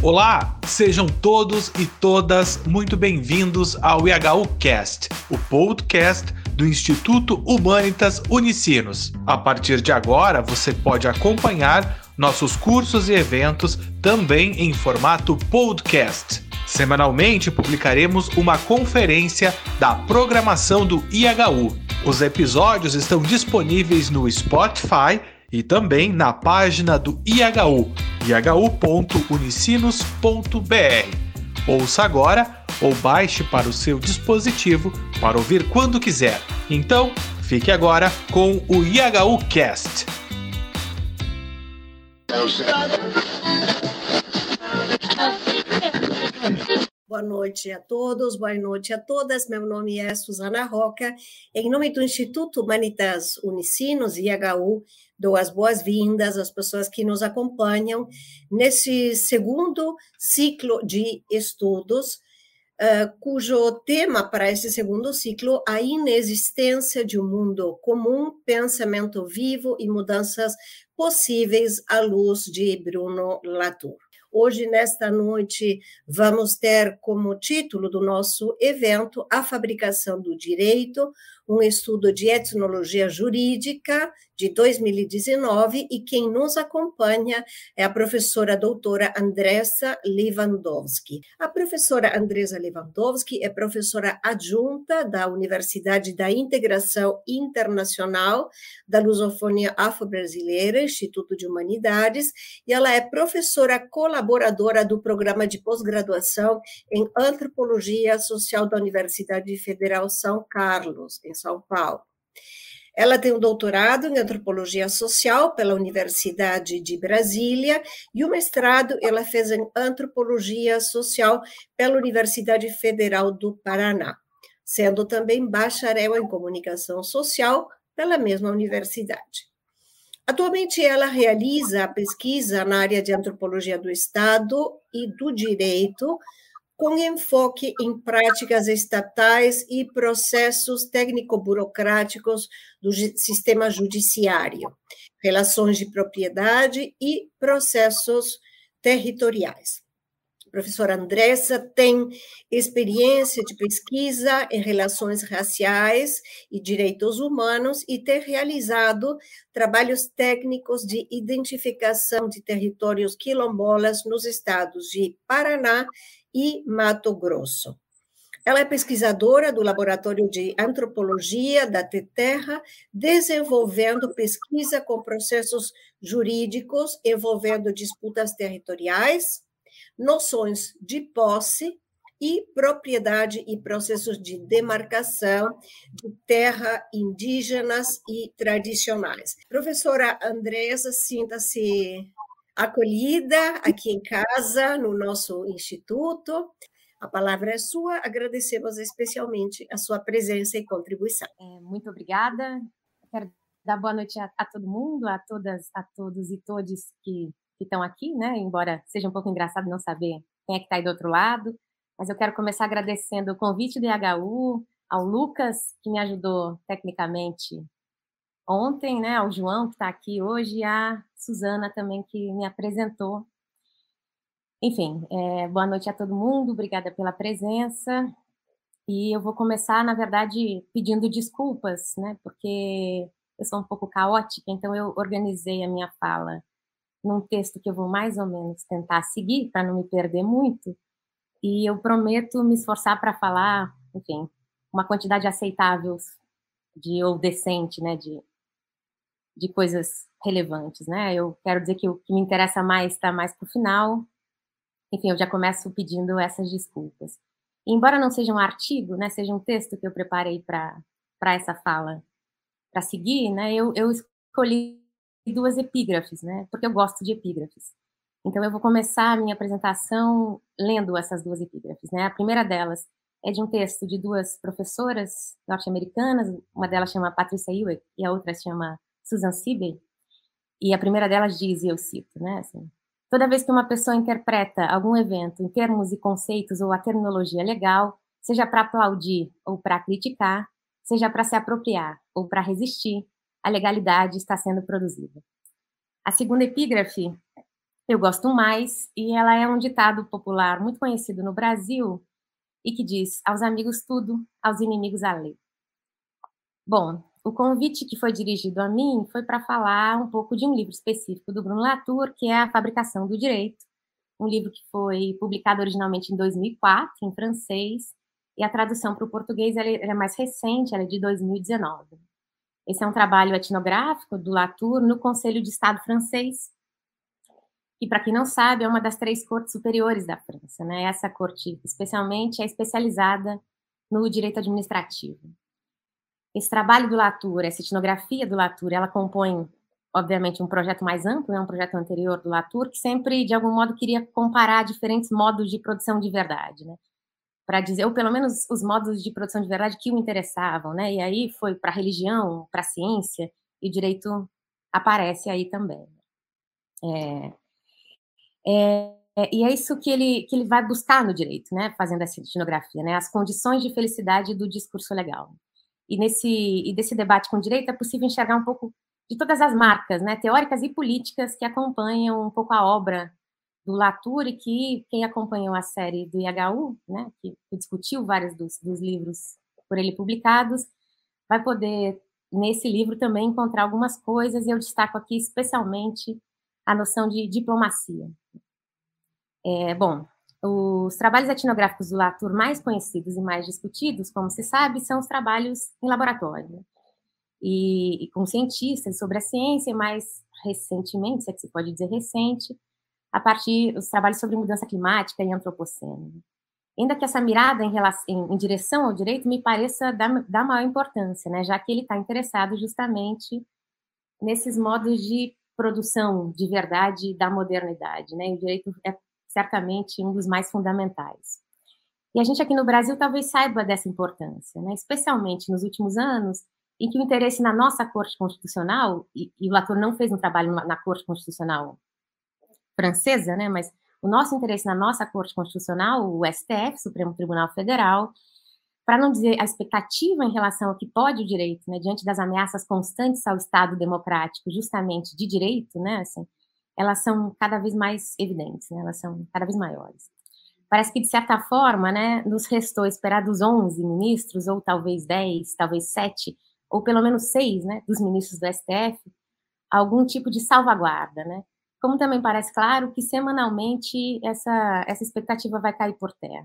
Olá, sejam todos e todas muito bem-vindos ao IHUcast, o podcast do Instituto Humanitas Unicinos. A partir de agora, você pode acompanhar nossos cursos e eventos também em formato podcast. Semanalmente publicaremos uma conferência da programação do IHU. Os episódios estão disponíveis no Spotify e também na página do IHU, ihu.unicinos.br. Ouça agora ou baixe para o seu dispositivo para ouvir quando quiser. Então, fique agora com o IHUcast. Boa noite a todos, boa noite a todas. Meu nome é Susana Roca. Em nome do Instituto Humanitas Unicinos, IHU, dou as boas-vindas às pessoas que nos acompanham nesse segundo ciclo de estudos, cujo tema para esse segundo ciclo é a inexistência de um mundo comum, pensamento vivo e mudanças possíveis à luz de Bruno Latour. Hoje, nesta noite, vamos ter como título do nosso evento A Fabricação do Direito, um estudo de etnologia jurídica de 2019, e quem nos acompanha é a professora doutora Andressa Lewandowski. A professora Andressa Lewandowski é professora adjunta da Universidade da Integração Internacional da Lusofonia Afro-Brasileira, Instituto de Humanidades, e ela é professora colaboradora do programa de pós-graduação em Antropologia Social da Universidade Federal São Carlos, em São Paulo. Ela tem um doutorado em Antropologia Social pela Universidade de Brasília e o mestrado ela fez em Antropologia Social pela Universidade Federal do Paraná, sendo também bacharel em Comunicação Social pela mesma universidade. Atualmente, ela realiza a pesquisa na área de Antropologia do Estado e do Direito, com enfoque em práticas estatais e processos técnico-burocráticos do sistema judiciário, relações de propriedade e processos territoriais. A professora Andressa tem experiência de pesquisa em relações raciais e direitos humanos e tem realizado trabalhos técnicos de identificação de territórios quilombolas nos estados de Paraná e Mato Grosso. Ela é pesquisadora do Laboratório de Antropologia da Terra, desenvolvendo pesquisa com processos jurídicos envolvendo disputas territoriais, noções de posse e propriedade e processos de demarcação de terra indígenas e tradicionais. Professora Andressa, sinta-se acolhida aqui em casa, no nosso instituto. A palavra é sua, agradecemos especialmente a sua presença e contribuição. Muito obrigada. Quero dar boa noite a todo mundo, a todas, a todos e todes que estão aqui, né? Embora seja um pouco engraçado não saber quem é que está aí do outro lado, mas eu quero começar agradecendo o convite do IHU, ao Lucas, que me ajudou tecnicamente ontem, né? Ao João, que está aqui hoje, e a Susana também, que me apresentou. Enfim, boa noite a todo mundo, obrigada pela presença. E eu vou começar, na verdade, pedindo desculpas, né? Porque eu sou um pouco caótica, então eu organizei a minha fala num texto que eu vou mais ou menos tentar seguir, para não me perder muito, e eu prometo me esforçar para falar, enfim, uma quantidade aceitável ou decente, né, de coisas relevantes, né? Eu quero dizer que o que me interessa mais está mais para o final. Enfim, eu já começo pedindo essas desculpas. E, embora não seja um artigo, né, seja um texto que eu preparei para essa fala, para seguir, né, eu escolhi duas epígrafes, né, porque eu gosto de epígrafes. Então, eu vou começar a minha apresentação lendo essas duas epígrafes, né. A primeira delas é de um texto de duas professoras norte-americanas, uma delas chama Patricia Ewing e a outra chama Susan Seabee, e a primeira delas diz, e eu cito, né, assim: toda vez que uma pessoa interpreta algum evento em termos e conceitos ou a terminologia legal, seja para aplaudir ou para criticar, seja para se apropriar ou para resistir, a legalidade está sendo produzida. A segunda epígrafe eu gosto mais, e ela é um ditado popular muito conhecido no Brasil e que diz: aos amigos tudo, aos inimigos a lei. Bom, o convite que foi dirigido a mim foi para falar um pouco de um livro específico do Bruno Latour, que é A Fabricação do Direito, um livro que foi publicado originalmente em 2004, em francês, e a tradução para o português ela é mais recente, ela é de 2019. Esse é um trabalho etnográfico do Latour no Conselho de Estado francês, que, para quem não sabe, é uma das 3 cortes superiores da França, né? Essa corte, especialmente, é especializada no direito administrativo. Esse trabalho do Latour, essa etnografia do Latour, ela compõe, obviamente, um projeto mais amplo, né? Um projeto anterior do Latour, que sempre, de algum modo, queria comparar diferentes modos de produção de verdade, né? Para dizer, ou pelo menos os modos de produção de verdade que o interessavam, né? E aí foi para a religião, para a ciência, e o direito aparece aí também. E é isso que ele vai buscar no direito, né, fazendo essa etnografia, né, as condições de felicidade do discurso legal. E desse debate com o direito é possível enxergar um pouco de todas as marcas, né, teóricas e políticas que acompanham um pouco a obra do Latour, e que quem acompanhou a série do IHU, né, que discutiu vários dos livros por ele publicados, vai poder, nesse livro, também encontrar algumas coisas, e eu destaco aqui especialmente a noção de diplomacia. Bom, os trabalhos etnográficos do Latour mais conhecidos e mais discutidos, como se sabe, são os trabalhos em laboratório, né? E com cientistas sobre a ciência, e mais recentemente, se é que se pode dizer recente, a partir dos trabalhos sobre mudança climática e antropoceno. Ainda que essa mirada em direção ao direito me pareça da maior importância, né? Já que ele está interessado justamente nesses modos de produção de verdade da modernidade, né? E o direito é certamente um dos mais fundamentais. E a gente aqui no Brasil talvez saiba dessa importância, né? Especialmente nos últimos anos, em que o interesse na nossa Corte Constitucional, e o Latour não fez um trabalho na Corte Constitucional francesa, né? Mas o nosso interesse na nossa Corte Constitucional, o STF, Supremo Tribunal Federal, para não dizer a expectativa em relação ao que pode o direito, né, diante das ameaças constantes ao Estado democrático, justamente de direito, né, assim, elas são cada vez mais evidentes, né, elas são cada vez maiores. Parece que, de certa forma, né, nos restou esperar dos 11 ministros, ou talvez 10, talvez 7, ou pelo menos 6, né, dos ministros do STF, algum tipo de salvaguarda, né, como também parece claro que semanalmente essa expectativa vai cair por terra.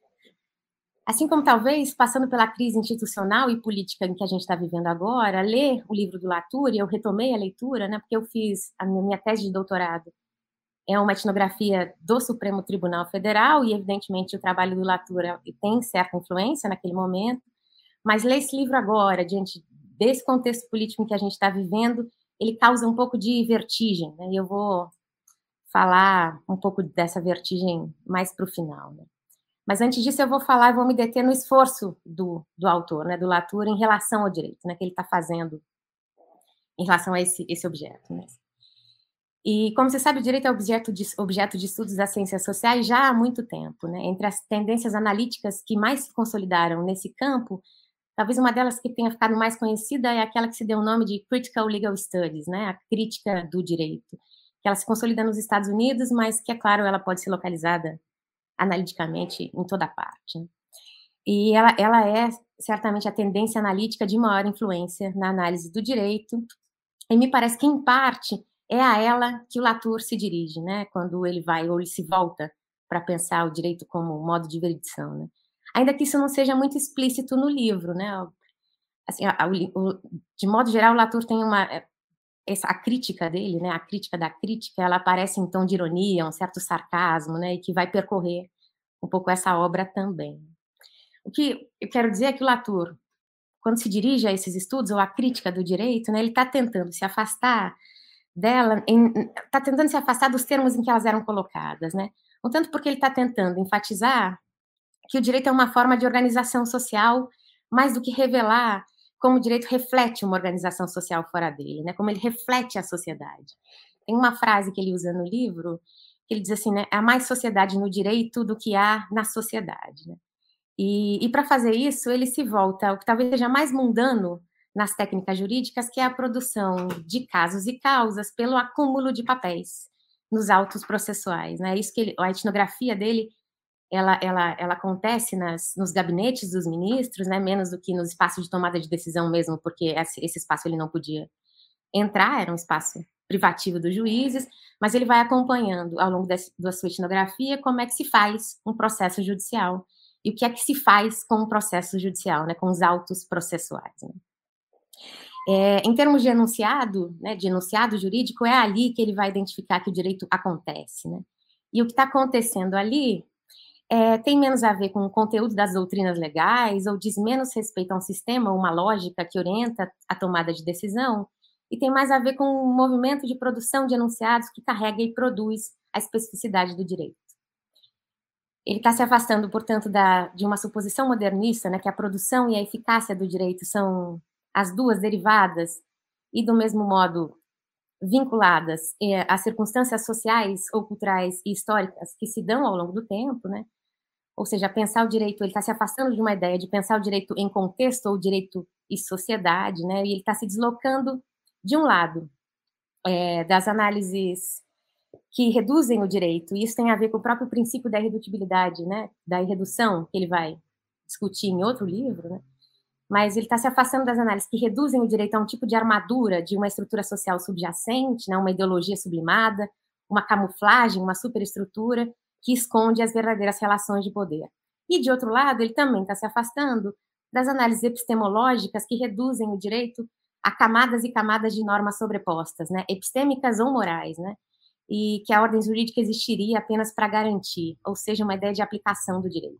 Assim como talvez, passando pela crise institucional e política em que a gente está vivendo agora, ler o livro do Latour, e eu retomei a leitura, né, porque eu fiz a minha tese de doutorado, é uma etnografia do Supremo Tribunal Federal, e evidentemente o trabalho do Latour tem certa influência naquele momento, mas ler esse livro agora, diante desse contexto político em que a gente está vivendo, ele causa um pouco de vertigem, né, e eu vou falar um pouco dessa vertigem mais para o final, né. Mas antes disso eu vou me deter no esforço do autor, né, do Latour, em relação ao direito, né, que ele está fazendo em relação a esse objeto, né. E, como você sabe, o direito é objeto de estudos das ciências sociais já há muito tempo, né. Entre as tendências analíticas que mais se consolidaram nesse campo, talvez uma delas que tenha ficado mais conhecida é aquela que se deu o nome de Critical Legal Studies, né, a crítica do direito, que ela se consolida nos Estados Unidos, mas que, é claro, ela pode ser localizada analiticamente em toda parte. E ela é certamente a tendência analítica de maior influência na análise do direito, e me parece que, em parte, é a ela que o Latour se dirige, né, quando ele vai, ou ele se volta para pensar o direito como modo de veridição, né. Ainda que isso não seja muito explícito no livro, né, assim, de modo geral, o Latour tem a crítica dele, né, a crítica da crítica, ela aparece em tom de ironia, um certo sarcasmo, né, e que vai percorrer um pouco essa obra também. O que eu quero dizer é que o Latour, quando se dirige a esses estudos, ou a crítica do direito, né, ele está tentando se afastar dela, está tentando se afastar dos termos em que elas eram colocadas, né, um tanto porque ele está tentando enfatizar que o direito é uma forma de organização social, mais do que revelar como o direito reflete uma organização social fora dele, né, como ele reflete a sociedade. Tem uma frase que ele usa no livro, que ele diz assim, né, há mais sociedade no direito do que há na sociedade, né. E para fazer isso, ele se volta ao que talvez seja mais mundano nas técnicas jurídicas, que é a produção de casos e causas pelo acúmulo de papéis, nos autos processuais, né? Isso que a etnografia dele, ela acontece nos gabinetes dos ministros, né? Menos do que nos espaços de tomada de decisão mesmo, porque esse espaço ele não podia entrar, era um espaço privativo dos juízes, mas ele vai acompanhando ao longo da sua etnografia como é que se faz um processo judicial e o que é que se faz com o processo judicial, né, com os autos processuais. Né. Em termos de enunciado, né, de enunciado jurídico, é ali que ele vai identificar que o direito acontece. Né. E o que está acontecendo ali tem menos a ver com o conteúdo das doutrinas legais ou diz menos respeito a um sistema, uma lógica que orienta a tomada de decisão, e tem mais a ver com o movimento de produção de enunciados que carrega e produz a especificidade do direito. Ele está se afastando, portanto, de uma suposição modernista, né, que a produção e a eficácia do direito são as duas derivadas e, do mesmo modo, vinculadas às circunstâncias sociais ou culturais e históricas que se dão ao longo do tempo, né? Ou seja, pensar o direito, ele está se afastando de uma ideia de pensar o direito em contexto ou direito e sociedade, né? E ele está se deslocando de um lado das análises que reduzem o direito, e isso tem a ver com o próprio princípio da irredutibilidade, né? Da irredução, que ele vai discutir em outro livro, né? Mas ele está se afastando das análises que reduzem o direito a um tipo de armadura de uma estrutura social subjacente, né? Uma ideologia sublimada, uma camuflagem, uma superestrutura que esconde as verdadeiras relações de poder. E, de outro lado, ele também está se afastando das análises epistemológicas que reduzem o direito a camadas e camadas de normas sobrepostas, né, epistêmicas ou morais, né, e que a ordem jurídica existiria apenas para garantir, ou seja, uma ideia de aplicação do direito.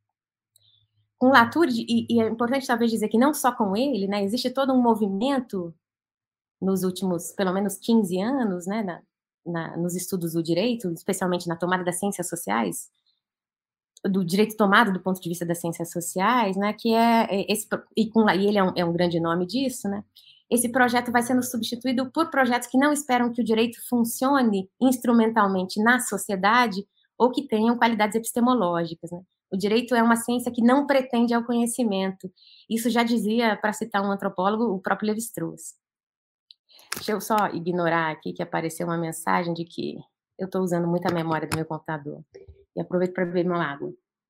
Com Latour, e é importante talvez dizer que não só com ele, né, existe todo um movimento nos últimos, pelo menos 15 anos, né, nos estudos do direito, especialmente na tomada das ciências sociais, do direito tomado do ponto de vista das ciências sociais, né, que e ele é um grande nome disso, né, esse projeto vai sendo substituído por projetos que não esperam que o direito funcione instrumentalmente na sociedade ou que tenham qualidades epistemológicas, né. O direito é uma ciência que não pretende ao conhecimento. Isso já dizia, para citar um antropólogo, o próprio Lévi-Strauss. Deixa eu só ignorar aqui que apareceu uma mensagem de que eu estou usando muita memória do meu computador. E aproveito para beber uma água.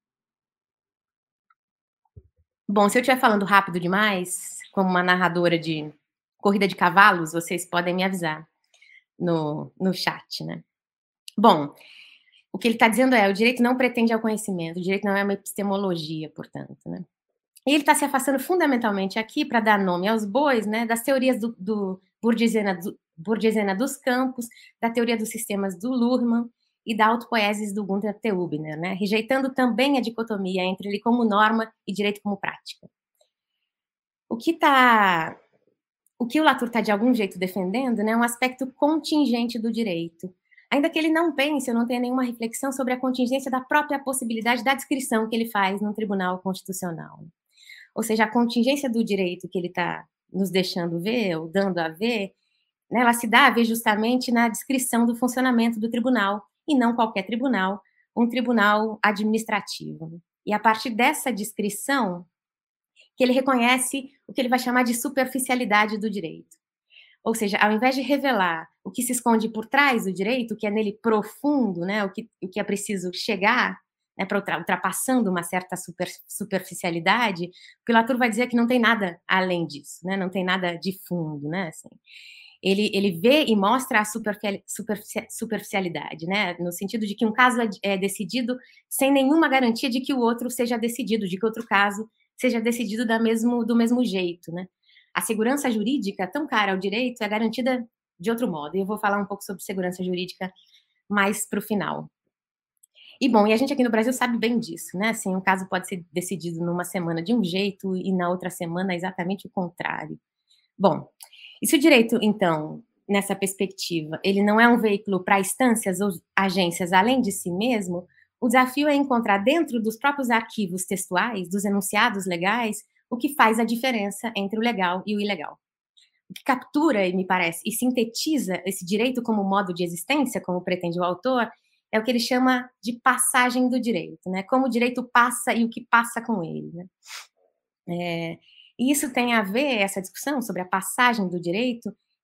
Bom, se eu estiver falando rápido demais, como uma narradora de corrida de cavalos, vocês podem me avisar no chat, né? Bom, o que ele está dizendo o direito não pretende ao conhecimento, o direito não é uma epistemologia, portanto, né? E ele está se afastando fundamentalmente aqui para dar nome aos bois, né, das teorias do Bourdieusiana dos campos, da teoria dos sistemas do Luhrmann e da autopoiesis do Gunther Teubner, né, rejeitando também a dicotomia entre ele como norma e direito como prática. O que o Latour está de algum jeito defendendo, né, é um aspecto contingente do direito, ainda que ele não pense ou não tenha nenhuma reflexão sobre a contingência da própria possibilidade da descrição que ele faz no Tribunal Constitucional. Ou seja, a contingência do direito que ele está nos deixando ver, ou dando a ver, né, ela se dá a ver justamente na descrição do funcionamento do tribunal, e não qualquer tribunal, um tribunal administrativo. E a partir dessa descrição, que ele reconhece o que ele vai chamar de superficialidade do direito. Ou seja, ao invés de revelar o que se esconde por trás do direito, o que é nele profundo, né, o que é preciso chegar, né, para ultrapassando uma certa superficialidade, o que o Latour vai dizer que não tem nada além disso, né, não tem nada de fundo, né, assim. Ele vê e mostra a superficialidade, né, no sentido de que um caso é decidido sem nenhuma garantia de que o outro seja decidido, de que outro caso seja decidido do mesmo jeito, né. A segurança jurídica, tão cara ao direito, é garantida de outro modo, e eu vou falar um pouco sobre segurança jurídica mais para o final. E, bom, a gente aqui no Brasil sabe bem disso, né? Assim, um caso pode ser decidido numa semana de um jeito e na outra semana exatamente o contrário. Bom, e se o direito, então, nessa perspectiva, ele não é um veículo para instâncias ou agências além de si mesmo, o desafio é encontrar dentro dos próprios arquivos textuais, dos enunciados legais, o que faz a diferença entre o legal e o ilegal. O que captura, me parece, e sintetiza esse direito como modo de existência, como pretende o autor, é o que ele chama de passagem do direito, né? Como o direito passa e o que passa com ele, né? E isso tem a ver, essa discussão sobre a passagem do direito,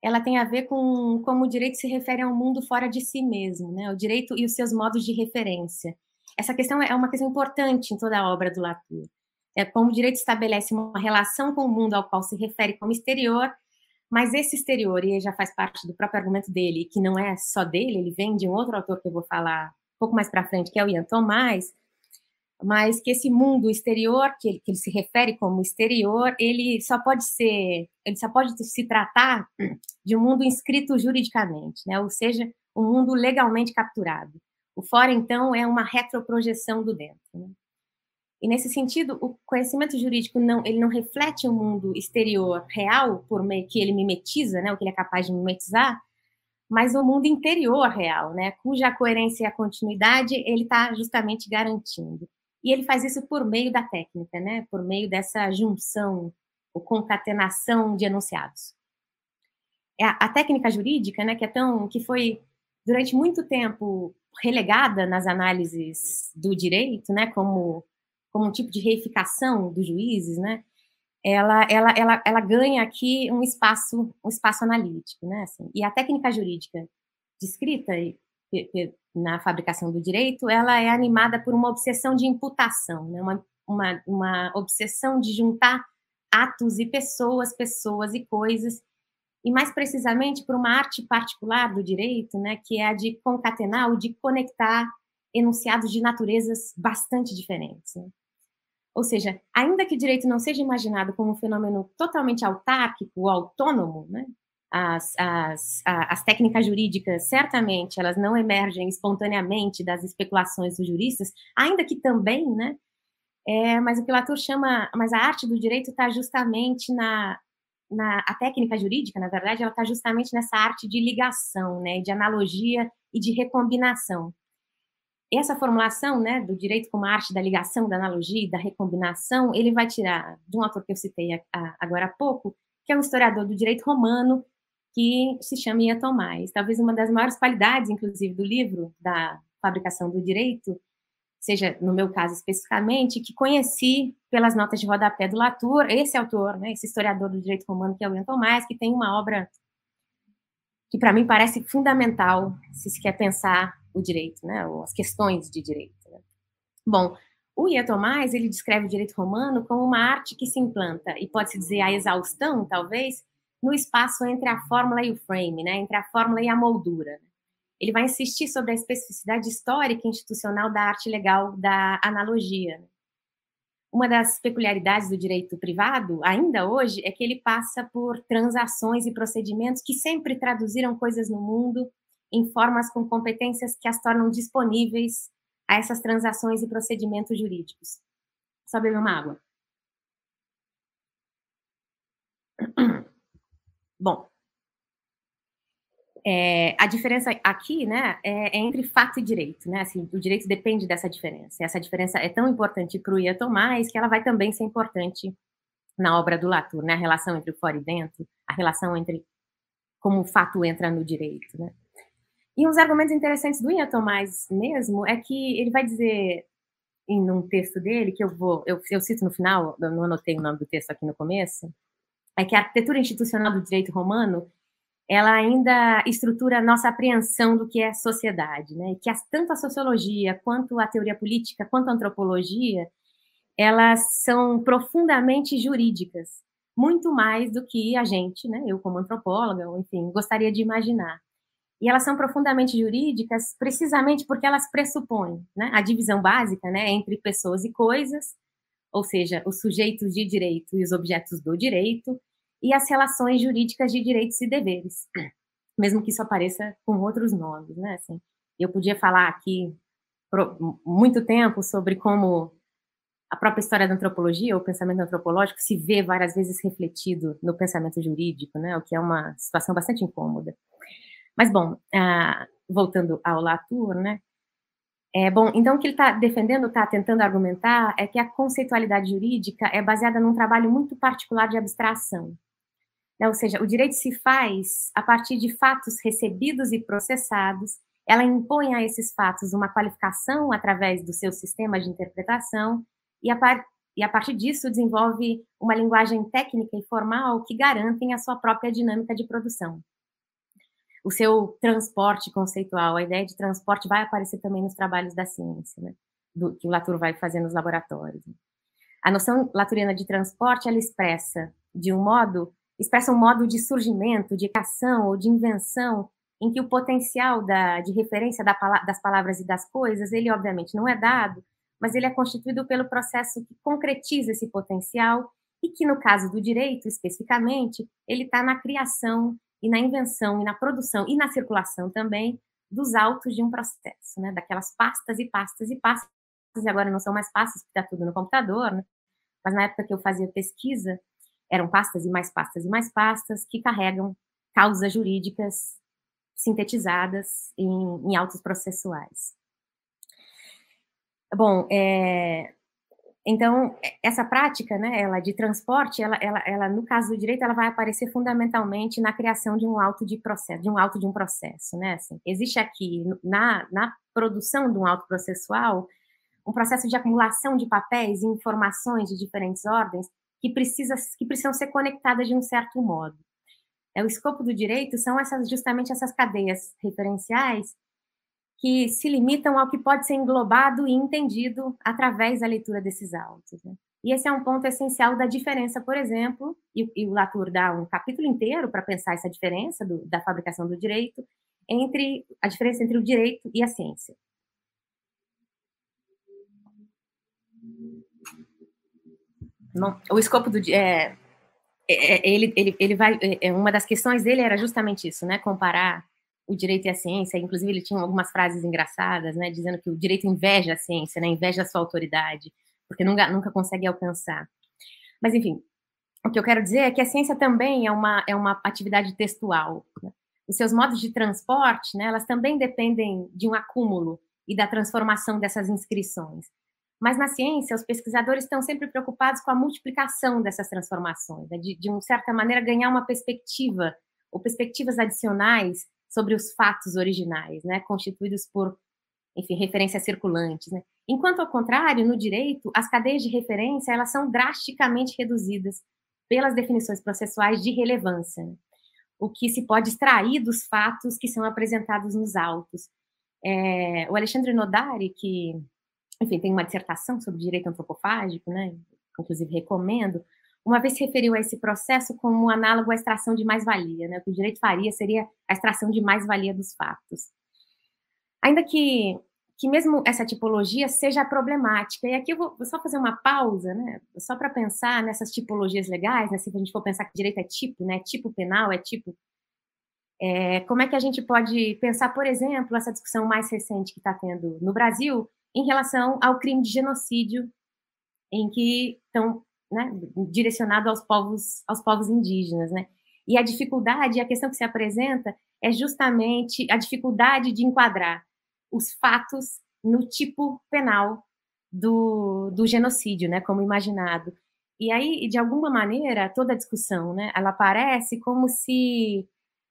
ela tem a ver com como o direito se refere ao mundo fora de si mesmo, né? O direito e os seus modos de referência. Essa questão é uma questão importante em toda a obra do Latour. É como o direito estabelece uma relação com o mundo ao qual se refere como exterior, mas esse exterior, e já faz parte do próprio argumento dele, que não é só dele, ele vem de um outro autor que eu vou falar um pouco mais para frente, que é o Ian Thomas, mas que esse mundo exterior, que ele se refere como exterior, ele só pode se tratar de um mundo inscrito juridicamente, né? Ou seja, um mundo legalmente capturado. O fora, então, é uma retroprojeção do dentro, né? E, nesse sentido, o conhecimento jurídico ele não reflete o mundo exterior real, por meio que ele mimetiza, né, o que ele é capaz de mimetizar, mas o mundo interior real, né, cuja coerência e a continuidade ele está justamente garantindo. E ele faz isso por meio da técnica, né, por meio dessa junção ou concatenação de enunciados. A técnica jurídica, né, que foi durante muito tempo relegada nas análises do direito, né, como um tipo de reificação dos juízes, né, ela ganha aqui um espaço analítico, né, assim. E a técnica jurídica descrita na fabricação do direito, ela é animada por uma obsessão de imputação, né, uma obsessão de juntar atos e pessoas e coisas, e mais precisamente por uma arte particular do direito, né, que é a de concatenar ou de conectar enunciados de naturezas bastante diferentes, né? Ou seja, ainda que o direito não seja imaginado como um fenômeno totalmente autárquico ou autônomo, né, as técnicas jurídicas, certamente, elas não emergem espontaneamente das especulações dos juristas, ainda que também, né, mas o que Latour chama, mas a arte do direito está justamente a técnica jurídica, na verdade, ela está justamente nessa arte de ligação, né, de analogia e de recombinação. Essa formulação, né, do direito como arte da ligação, da analogia e da recombinação, ele vai tirar de um autor que eu citei agora há pouco, que é um historiador do direito romano, que se chama Ian Thomas. Talvez uma das maiores qualidades, inclusive, do livro da fabricação do direito, seja, no meu caso especificamente, que conheci pelas notas de rodapé do Latour, esse autor, né, esse historiador do direito romano, que é o Ian Thomas, que tem uma obra que, para mim, parece fundamental se se quer pensar o direito, né, ou as questões de direito, né. Bom, o Ian Thomas, ele descreve o direito romano como uma arte que se implanta, e pode-se dizer a exaustão, talvez, no espaço entre a fórmula e o frame, né, entre a fórmula e a moldura. Ele vai insistir sobre a especificidade histórica e institucional da arte legal da analogia. Uma das peculiaridades do direito privado, ainda hoje, é que ele passa por transações e procedimentos que sempre traduziram coisas no mundo em formas com competências que as tornam disponíveis a essas transações e procedimentos jurídicos. Só beber uma água. Bom, a diferença aqui, né, é entre fato e direito, né? Assim, o direito depende dessa diferença. Essa diferença é tão importante para o Ian Thomas que ela vai também ser importante na obra do Latour, né? A relação entre o fora e dentro, a relação entre como o fato entra no direito, né? E uns argumentos interessantes do Ian Thomas mesmo é que ele vai dizer em um texto dele, que eu cito no final, eu não anotei o nome do texto aqui no começo, é que a arquitetura institucional do direito romano, ela ainda estrutura a nossa apreensão do que é sociedade, né? Que tanto a sociologia, quanto a teoria política, quanto a antropologia, elas são profundamente jurídicas, muito mais do que a gente, né? Eu como antropóloga, enfim, gostaria de imaginar. E elas são profundamente jurídicas precisamente porque elas pressupõem, né, a divisão básica, né, entre pessoas e coisas, ou seja, os sujeitos de direito e os objetos do direito, e as relações jurídicas de direitos e deveres, mesmo que isso apareça com outros nomes, né? Assim, eu podia falar aqui por muito tempo sobre como a própria história da antropologia, ou o pensamento antropológico, se vê várias vezes refletido no pensamento jurídico, né? O que é uma situação bastante incômoda. Mas, bom, voltando ao Latour, né? Bom, então o que ele está defendendo, está tentando argumentar, é que a conceitualidade jurídica é baseada num trabalho muito particular de abstração. Ou seja, o direito se faz a partir de fatos recebidos e processados, ela impõe a esses fatos uma qualificação através do seu sistema de interpretação e a partir disso desenvolve uma linguagem técnica e formal que garantem a sua própria dinâmica de produção. o seu transporte conceitual. A ideia de transporte vai aparecer também nos trabalhos da ciência, né? Que o Latour vai fazer nos laboratórios. A noção laturiana de transporte, ela expressa um modo de surgimento, de criação ou de invenção em que o potencial de referência das palavras e das coisas, ele obviamente não é dado, mas ele é constituído pelo processo que concretiza esse potencial e que, no caso do direito, especificamente, ele está na criação e na invenção e na produção e na circulação também dos autos de um processo, né? Daquelas pastas e pastas e pastas, e agora não são mais pastas, porque está tudo no computador, né? Mas na época que eu fazia pesquisa, eram pastas e mais pastas e mais pastas que carregam causas jurídicas sintetizadas em autos processuais. Bom, então, essa prática, né, ela de transporte, ela, no caso do direito, ela vai aparecer fundamentalmente na criação de um auto de processo, de um processo, né, assim. Existe aqui, na produção de um auto processual, um processo de acumulação de papéis e informações de diferentes ordens que precisam ser conectadas de um certo modo. O escopo do direito são justamente essas cadeias referenciais que se limitam ao que pode ser englobado e entendido através da leitura desses autos, né? E esse é um ponto essencial da diferença, por exemplo, e o Latour dá um capítulo inteiro para pensar essa diferença da fabricação do direito, a diferença entre o direito e a ciência. O escopo do ele vai, uma das questões dele era justamente isso, né, comparar o direito e a ciência. Inclusive ele tinha algumas frases engraçadas, né, dizendo que o direito inveja a ciência, né, inveja a sua autoridade, porque nunca consegue alcançar. Mas enfim, o que eu quero dizer é que a ciência também é uma atividade textual, né? Os seus modos de transporte, né, elas também dependem de um acúmulo e da transformação dessas inscrições. Mas na ciência, os pesquisadores estão sempre preocupados com a multiplicação dessas transformações, né? De uma certa maneira, ganhar uma perspectiva, ou perspectivas adicionais sobre os fatos originais, né? Constituídos por, enfim, referências circulantes, né? Enquanto, ao contrário, no direito, as cadeias de referência elas são drasticamente reduzidas pelas definições processuais de relevância, né? O que se pode extrair dos fatos que são apresentados nos autos. O Alexandre Nodari, que enfim, tem uma dissertação sobre direito antropofágico, né, inclusive recomendo, uma vez se referiu a esse processo como um análogo à extração de mais-valia, né, o que o direito faria seria a extração de mais-valia dos fatos. Ainda que mesmo essa tipologia seja problemática, e aqui eu vou só fazer uma pausa, né, só para pensar nessas tipologias legais, né, se a gente for pensar que direito é tipo, né, tipo penal é tipo, como é que a gente pode pensar, por exemplo, essa discussão mais recente que está tendo no Brasil, em relação ao crime de genocídio, em que estão, né, direcionado aos povos indígenas, né? E a dificuldade, a questão que se apresenta é justamente a dificuldade de enquadrar os fatos no tipo penal do genocídio, né, como imaginado. E aí, de alguma maneira, toda a discussão, né, ela parece como se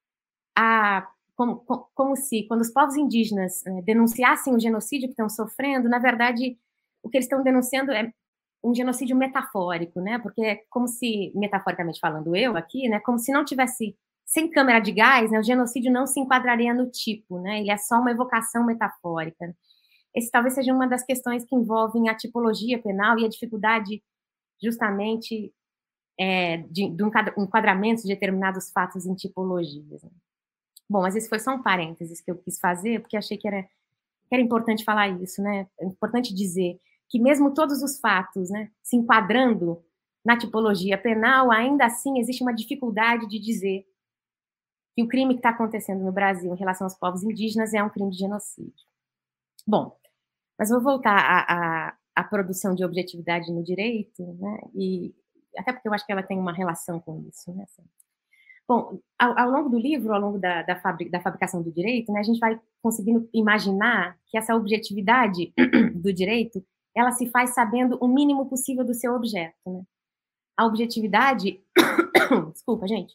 quando os povos indígenas denunciassem o genocídio que estão sofrendo, na verdade, o que eles estão denunciando é um genocídio metafórico, né? Porque é como se, metaforicamente falando eu aqui, né, como se não tivesse, sem câmera de gás, né, o genocídio não se enquadraria no tipo, né? Ele é só uma evocação metafórica. Esse talvez seja uma das questões que envolvem a tipologia penal e a dificuldade, justamente, do enquadramento de determinados fatos em tipologias, né? Bom, mas esse foi só um parênteses que eu quis fazer, porque achei que era importante falar isso, né? É importante dizer que mesmo todos os fatos, né, se enquadrando na tipologia penal, ainda assim existe uma dificuldade de dizer que o crime que está acontecendo no Brasil em relação aos povos indígenas é um crime de genocídio. Bom, mas vou voltar à produção de objetividade no direito, né? E até porque eu acho que ela tem uma relação com isso, né? Bom, ao longo do livro, ao longo da fabricação do direito, né, a gente vai conseguindo imaginar que essa objetividade do direito, ela se faz sabendo o mínimo possível do seu objeto, né? A objetividade, desculpa, gente.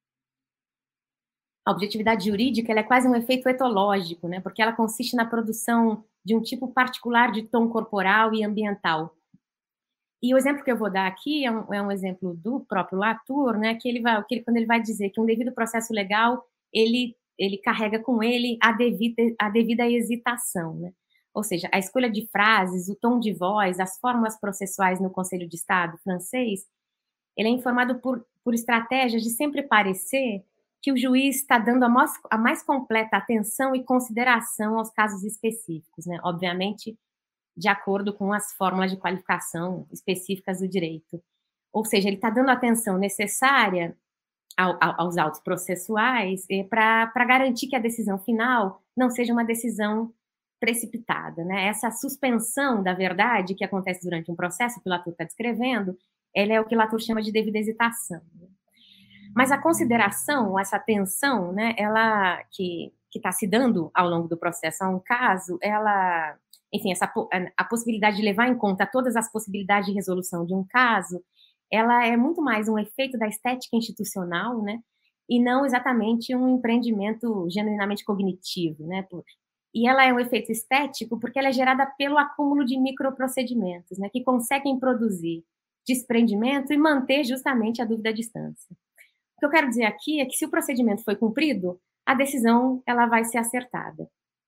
A objetividade jurídica, ela é quase um efeito etológico, né? Porque ela consiste na produção de um tipo particular de tom corporal e ambiental. E o exemplo que eu vou dar aqui é um exemplo do próprio Latour, né, quando ele vai dizer que um devido processo legal, ele ele carrega com ele a devida hesitação, né? Ou seja, a escolha de frases, o tom de voz, as fórmulas processuais no Conselho de Estado francês, ele é informado por estratégias de sempre parecer que o juiz está dando a mais completa atenção e consideração aos casos específicos, né? Obviamente, de acordo com as fórmulas de qualificação específicas do direito. Ou seja, ele está dando a atenção necessária aos autos processuais para garantir que a decisão final não seja uma decisão precipitada, né? Essa suspensão da verdade que acontece durante um processo que o Latour está descrevendo, ela é o que Latour chama de devida hesitação. Mas a consideração, essa atenção, né, ela que está se dando ao longo do processo a um caso, ela, enfim, a possibilidade de levar em conta todas as possibilidades de resolução de um caso, ela é muito mais um efeito da estética institucional, né, e não exatamente um empreendimento genuinamente cognitivo, né, e ela é um efeito estético porque ela é gerada pelo acúmulo de microprocedimentos, né, que conseguem produzir desprendimento e manter justamente a dúvida à distância. O que eu quero dizer aqui é que se o procedimento foi cumprido, a decisão ela vai ser acertada.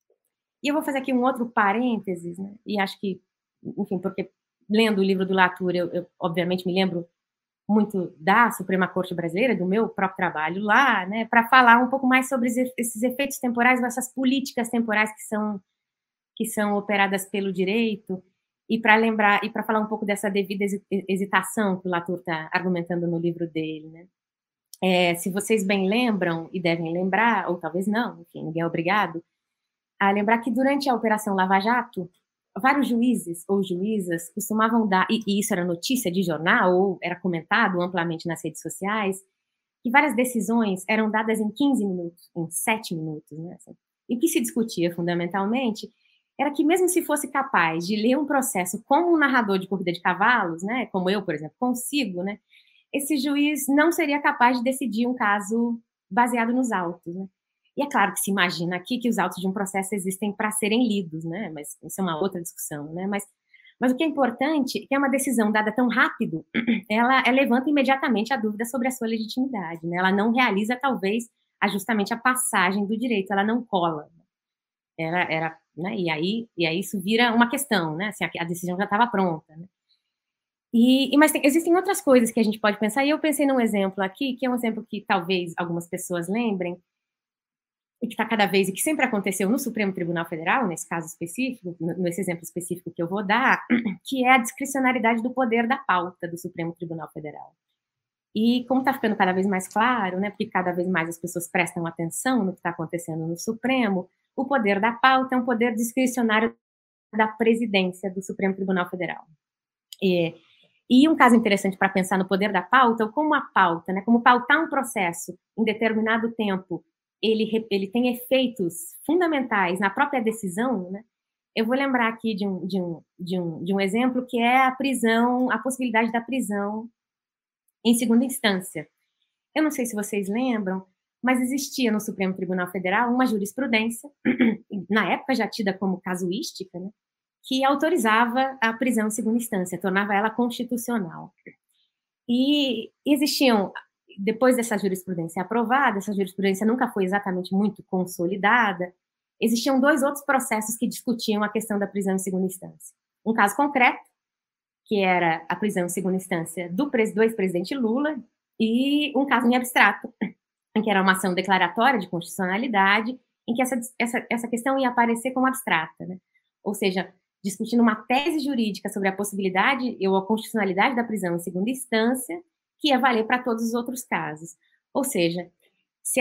E eu vou fazer aqui um outro parênteses, né, e acho que, enfim, porque lendo o livro do Latour, eu obviamente me lembro muito da Suprema Corte Brasileira, do meu próprio trabalho lá, né, para falar um pouco mais sobre esses efeitos temporais, essas políticas temporais que são operadas pelo direito, e para lembrar, e para falar um pouco dessa devida hesitação que o Latour está argumentando no livro dele, né. Se vocês bem lembram, e devem lembrar, ou talvez não, enfim, ninguém é obrigado, a lembrar que durante a Operação Lava Jato, vários juízes ou juízas costumavam dar, e isso era notícia de jornal, ou era comentado amplamente nas redes sociais, que várias decisões eram dadas em 15 minutos, em 7 minutos, né? E o que se discutia fundamentalmente era que mesmo se fosse capaz de ler um processo como um narrador de corrida de cavalos, né, como eu, por exemplo, consigo, né, esse juiz não seria capaz de decidir um caso baseado nos autos, né? E é claro que se imagina aqui que os autos de um processo existem para serem lidos, né? Mas isso é uma outra discussão, né? Mas o que é importante é que uma decisão dada tão rápido, ela levanta imediatamente a dúvida sobre a sua legitimidade, né? Ela não realiza, talvez, justamente a passagem do direito, ela não cola. Né? E aí isso vira uma questão, né? Assim, a decisão já estava pronta, né? Mas existem outras coisas que a gente pode pensar, e eu pensei num exemplo aqui, que é um exemplo que talvez algumas pessoas lembrem, e que está cada vez, e que sempre aconteceu no Supremo Tribunal Federal, nesse caso específico, nesse exemplo específico que eu vou dar, que é a discricionariedade do poder da pauta do Supremo Tribunal Federal. E como está ficando cada vez mais claro, né, porque cada vez mais as pessoas prestam atenção no que está acontecendo no Supremo, o poder da pauta é um poder discricionário da presidência do Supremo Tribunal Federal. E um caso interessante para pensar no poder da pauta, como a pauta, né, como pautar um processo em determinado tempo, ele tem efeitos fundamentais na própria decisão, né? Eu vou lembrar aqui de um exemplo que é a possibilidade da prisão em segunda instância. Eu não sei se vocês lembram, mas existia no Supremo Tribunal Federal uma jurisprudência, na época já tida como casuística, né, que autorizava a prisão em segunda instância, tornava ela constitucional. E existiam, depois dessa jurisprudência aprovada, essa jurisprudência nunca foi exatamente muito consolidada, existiam 2 outros processos que discutiam a questão da prisão em segunda instância. Um caso concreto, que era a prisão em segunda instância do ex-presidente Lula, e um caso em abstrato, em que era uma ação declaratória de constitucionalidade, em que essa questão ia aparecer como abstrata, né? Ou seja, discutindo uma tese jurídica sobre a possibilidade ou a constitucionalidade da prisão em segunda instância, que ia valer para todos os outros casos. Ou seja, se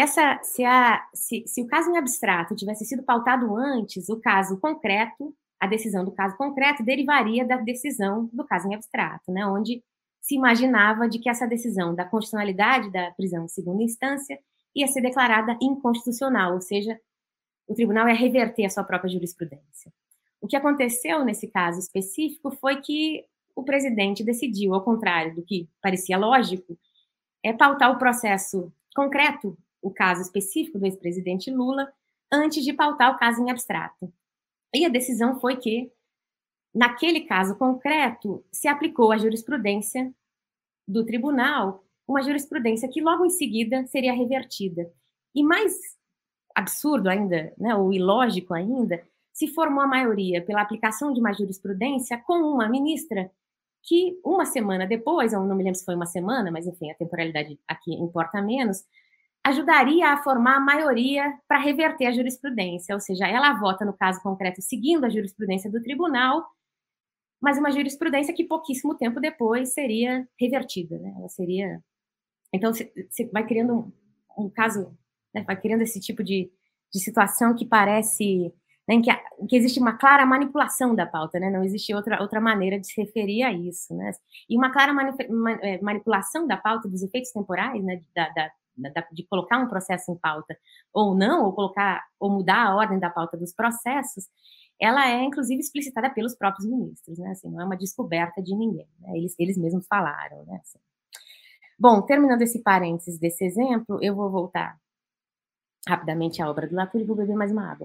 o caso em abstrato tivesse sido pautado antes, o caso concreto, a decisão do caso concreto derivaria da decisão do caso em abstrato, né, onde se imaginava de que essa decisão da constitucionalidade da prisão em segunda instância ia ser declarada inconstitucional, ou seja, o tribunal ia reverter a sua própria jurisprudência. O que aconteceu nesse caso específico foi que o presidente decidiu, ao contrário do que parecia lógico, pautar o processo concreto, o caso específico do ex-presidente Lula, antes de pautar o caso em abstrato. E a decisão foi que, naquele caso concreto, se aplicou a jurisprudência do tribunal, uma jurisprudência que logo em seguida seria revertida. E mais absurdo ainda, né, ou ilógico ainda, se formou a maioria pela aplicação de uma jurisprudência com uma ministra que uma semana depois, ou não me lembro se foi uma semana, mas enfim, a temporalidade aqui importa menos, ajudaria a formar a maioria para reverter a jurisprudência, ou seja, ela vota no caso concreto seguindo a jurisprudência do tribunal, mas uma jurisprudência que pouquíssimo tempo depois seria revertida, né? Ela seria... Então, você vai criando um caso, né? Vai criando esse tipo de situação que parece... Né, em que existe uma clara manipulação da pauta, né? Não existe outra maneira de se referir a isso, né? E uma clara manipulação da pauta dos efeitos temporais, né? De colocar um processo em pauta ou não, ou mudar a ordem da pauta dos processos, ela é, inclusive, explicitada pelos próprios ministros, né? Assim, não é uma descoberta de ninguém, né? Eles mesmos falaram, né? Assim. Bom, terminando esse parênteses desse exemplo, eu vou voltar rapidamente à obra do Latour e vou beber mais uma água.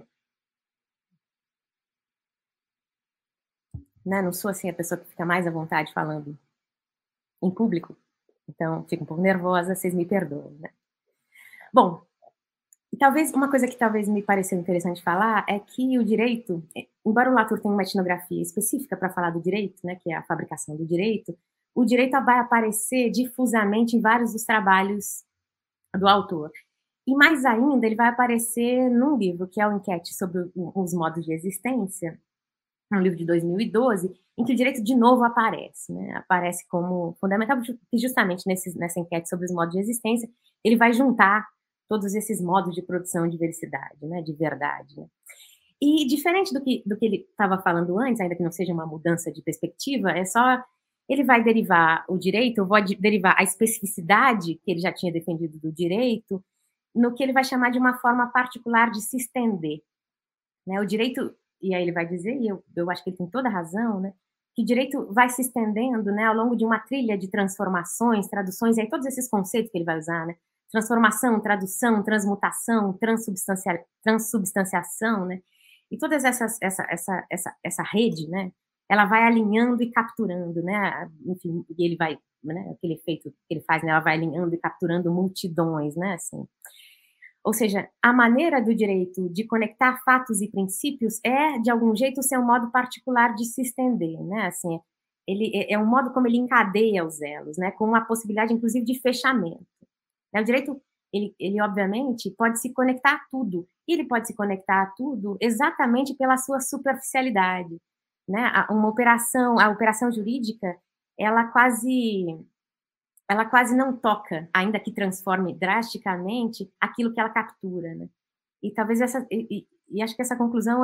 Né? Não sou, assim, a pessoa que fica mais à vontade falando em público, então fico um pouco nervosa, vocês me perdoam, né? Bom, talvez uma coisa que talvez me pareceu interessante falar é que o direito, embora o Latour tenha uma etnografia específica para falar do direito, né, que é a fabricação do direito, o direito vai aparecer difusamente em vários dos trabalhos do autor. E mais ainda, ele vai aparecer num livro que é o Enquete sobre os Modos de Existência, um livro de 2012, em que o direito de novo aparece, né? Aparece como fundamental, porque justamente nessa enquete sobre os modos de existência, ele vai juntar todos esses modos de produção de veracidade, né? De verdade. Né? E diferente do que ele estava falando antes, ainda que não seja uma mudança de perspectiva, é só ele vai derivar o direito, eu vou derivar a especificidade que ele já tinha defendido do direito, no que ele vai chamar de uma forma particular de se estender. Né? O direito... E aí ele vai dizer, e eu acho que ele tem toda a razão, né, que o direito vai se estendendo, né, ao longo de uma trilha de transformações, traduções, e aí todos esses conceitos que ele vai usar, né, transformação, tradução, transmutação, transubstanciação, né, e todas essa rede, né, ela vai alinhando e capturando, né, enfim, e ele vai, né, aquele efeito que ele faz, né, ela vai alinhando e capturando multidões, né, assim. Ou seja, a maneira do direito de conectar fatos e princípios é, de algum jeito, o seu modo particular de se estender, né? Assim, ele é um modo como ele encadeia os elos, né? Com uma possibilidade, inclusive, de fechamento. O direito, ele obviamente, pode se conectar a tudo. E ele pode se conectar a tudo exatamente pela sua superficialidade, né? A operação jurídica, ela quase não toca, ainda que transforme drasticamente aquilo que ela captura, né? E talvez e acho que essa conclusão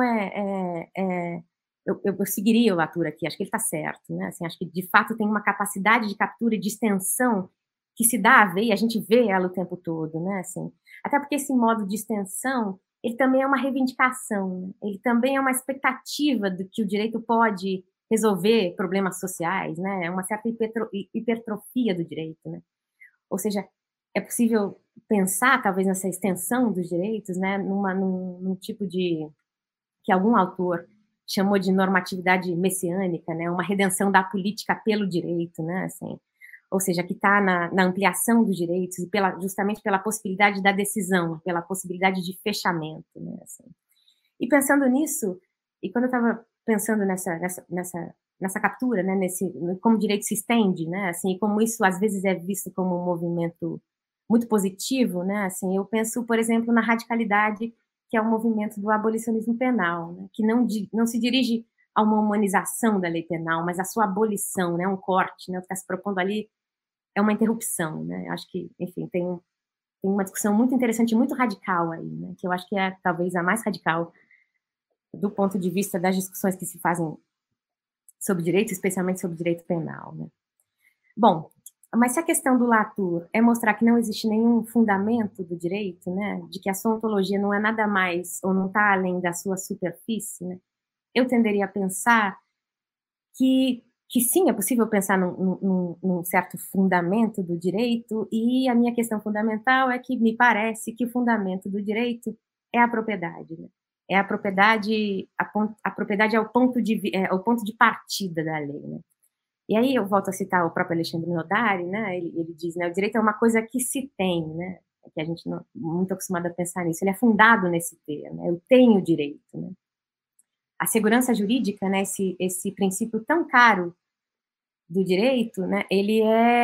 eu seguiria o Latour aqui, acho que ele está certo, né? Assim, acho que de fato tem uma capacidade de captura e de extensão que se dá a ver, e a gente vê ela o tempo todo, né? Assim, até porque esse modo de extensão, ele também é uma reivindicação, né? Ele também é uma expectativa do que o direito pode resolver problemas sociais, né? É uma certa hipertrofia do direito, né? Ou seja, é possível pensar, talvez, nessa extensão dos direitos, né? Num tipo de... que algum autor chamou de normatividade messiânica, né? Uma redenção da política pelo direito, né? Assim, ou seja, que está na ampliação dos direitos e justamente pela possibilidade da decisão, pela possibilidade de fechamento, né? Assim. E pensando nisso, e quando eu estava pensando nessa captura, né, como o direito se estende, né, assim, e como isso às vezes é visto como um movimento muito positivo, né, assim, eu penso, por exemplo, na radicalidade que é o movimento do abolicionismo penal, né, que não se dirige a uma humanização da lei penal, mas a sua abolição, né, um corte, né, o que está se propondo ali é uma interrupção, né, acho que, enfim, tem uma discussão muito interessante, muito radical aí, né, que eu acho que é talvez a mais radical do ponto de vista das discussões que se fazem sobre direito, especialmente sobre direito penal, né? Bom, mas se a questão do Latour é mostrar que não existe nenhum fundamento do direito, né, de que a sua ontologia não é nada mais, ou não está além da sua superfície, né, eu tenderia a pensar que sim, é possível pensar num certo fundamento do direito, e a minha questão fundamental é que me parece que o fundamento do direito é a propriedade, né? É a propriedade é o ponto de partida da lei, né? E aí eu volto a citar o próprio Alexandre Nodari, né? Ele diz, né, o direito é uma coisa que se tem, né? que a gente não é muito acostumado a pensar nisso, ele é fundado nesse ter, né? Eu tenho direito, né? A segurança jurídica, né, esse princípio tão caro do direito, né, ele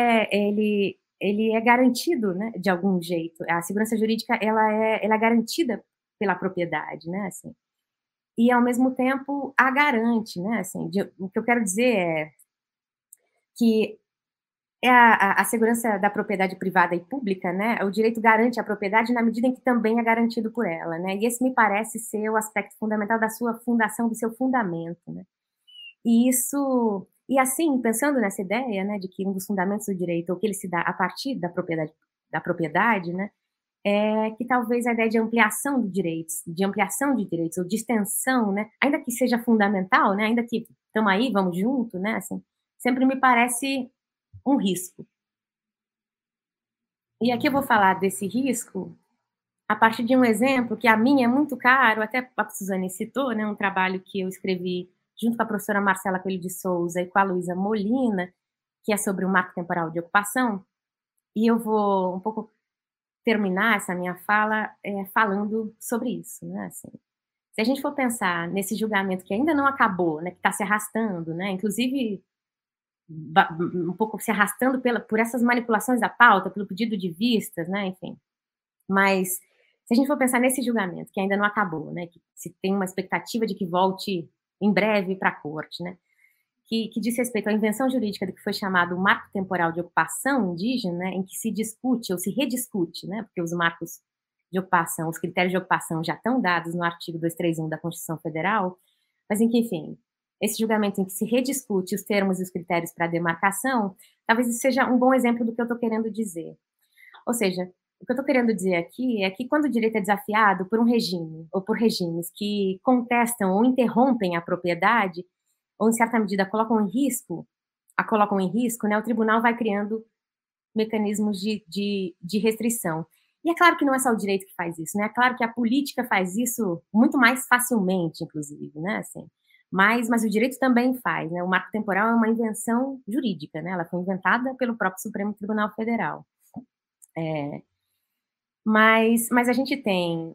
é garantido, né, de algum jeito. A segurança jurídica ela é garantida pela propriedade, né, assim. E ao mesmo tempo a garante, né, assim. O que eu quero dizer é que a segurança da propriedade privada e pública, né, o direito garante a propriedade na medida em que também é garantido por ela, né. E esse me parece ser o aspecto fundamental da sua fundação, do seu fundamento, né. E assim, pensando nessa ideia, né, de que um dos fundamentos do direito, ou que ele se dá a partir da propriedade, né, é que talvez a ideia de ampliação de direitos, ou de extensão, né, ainda que seja fundamental, né, ainda que estamos aí, vamos junto, né, assim, sempre me parece um risco. E aqui eu vou falar desse risco a partir de um exemplo que a mim é muito caro, até a Suzane citou, né, um trabalho que eu escrevi junto com a professora Marcela Coelho de Souza e com a Luísa Molina, que é sobre o marco temporal de ocupação, e eu vou um pouco terminar essa minha fala falando sobre isso, né, assim. Se a gente for pensar nesse julgamento que ainda não acabou, né, que está se arrastando, né, inclusive um pouco se arrastando por essas manipulações da pauta, pelo pedido de vistas, né, enfim. Mas se a gente for pensar nesse julgamento que ainda não acabou, né, que se tem uma expectativa de que volte em breve para a corte, né, que diz respeito à invenção jurídica do que foi chamado o marco temporal de ocupação indígena, né, em que se discute ou se rediscute, né, porque os marcos de ocupação, os critérios de ocupação já estão dados no artigo 231 da Constituição Federal, mas em que, enfim, esse julgamento em que se rediscute os termos e os critérios para a demarcação, talvez isso seja um bom exemplo do que eu estou querendo dizer. Ou seja, o que eu estou querendo dizer aqui é que quando o direito é desafiado por um regime ou por regimes que contestam ou interrompem a propriedade, ou em certa medida colocam em risco, né, o tribunal vai criando mecanismos de restrição. E é claro que não é só o direito que faz isso, né? É claro que a política faz isso muito mais facilmente, inclusive, né? Assim, mas o direito também faz, né? O marco temporal é uma invenção jurídica, né? Ela foi inventada pelo próprio Supremo Tribunal Federal. Mas a gente tem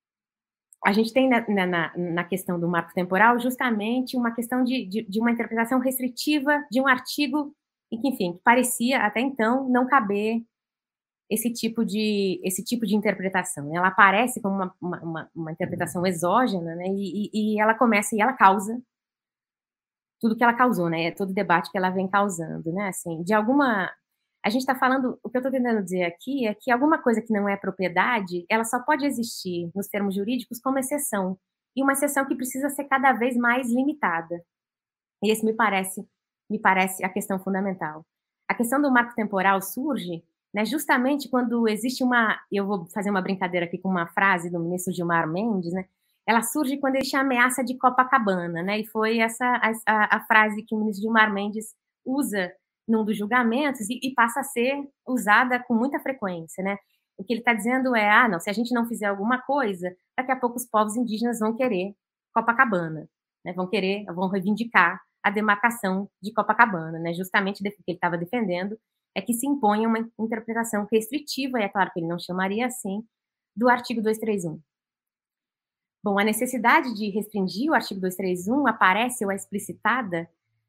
na questão do marco temporal justamente uma questão de uma interpretação restritiva de um artigo em que, enfim, parecia até então não caber esse tipo de interpretação, né? Ela aparece como uma interpretação exógena, né? E ela começa e ela causa tudo que ela causou, né? Todo o debate que ela vem causando, né? Assim, a gente está falando, o que eu estou tentando dizer aqui é que alguma coisa que não é propriedade, ela só pode existir nos termos jurídicos como exceção, e uma exceção que precisa ser cada vez mais limitada. E esse me parece a questão fundamental. A questão do marco temporal surge, né, justamente quando existe eu vou fazer uma brincadeira aqui com uma frase do ministro Gilmar Mendes, né? Ela surge quando existe a ameaça de Copacabana, né? E foi essa a frase que o ministro Gilmar Mendes usa num dos julgamentos e passa a ser usada com muita frequência, né? O que ele está dizendo é, não, se a gente não fizer alguma coisa, daqui a pouco os povos indígenas vão querer Copacabana, né? Vão reivindicar a demarcação de Copacabana, né? Justamente o que ele estava defendendo é que se imponha uma interpretação restritiva, e é claro que ele não chamaria assim, do artigo 231. Bom, a necessidade de restringir o artigo 231 aparece ou é explicitada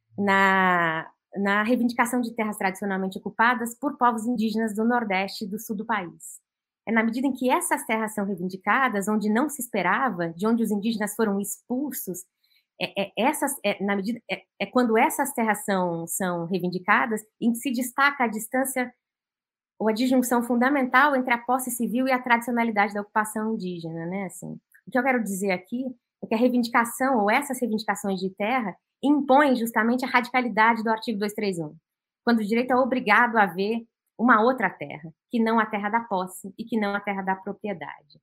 na reivindicação de terras tradicionalmente ocupadas por povos indígenas do Nordeste e do Sul do país. É na medida em que essas terras são reivindicadas, onde não se esperava, de onde os indígenas foram expulsos, quando essas terras são reivindicadas, em que se destaca a distância ou a disjunção fundamental entre a posse civil e a tradicionalidade da ocupação indígena, né? Assim, o que eu quero dizer aqui é que a reivindicação, ou essas reivindicações de terra, impõem justamente a radicalidade do artigo 231, quando o direito é obrigado a ver uma outra terra, que não a terra da posse e que não a terra da propriedade.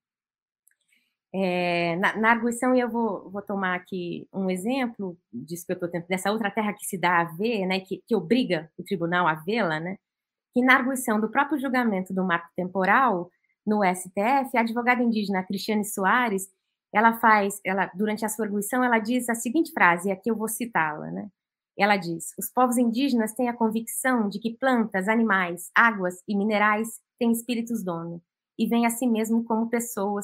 Na arguição, eu vou tomar aqui um exemplo disso que eu estou tentando, dessa outra terra que se dá a ver, né, que obriga o tribunal a vê-la, né, que na arguição do próprio julgamento do marco temporal, no STF, a advogada indígena Cristiane Soares, durante a sua arguição, ela diz a seguinte frase, e aqui eu vou citá-la, né? Ela diz: os povos indígenas têm a convicção de que plantas, animais, águas e minerais têm espíritos dono, e veem a si mesmos como pessoas,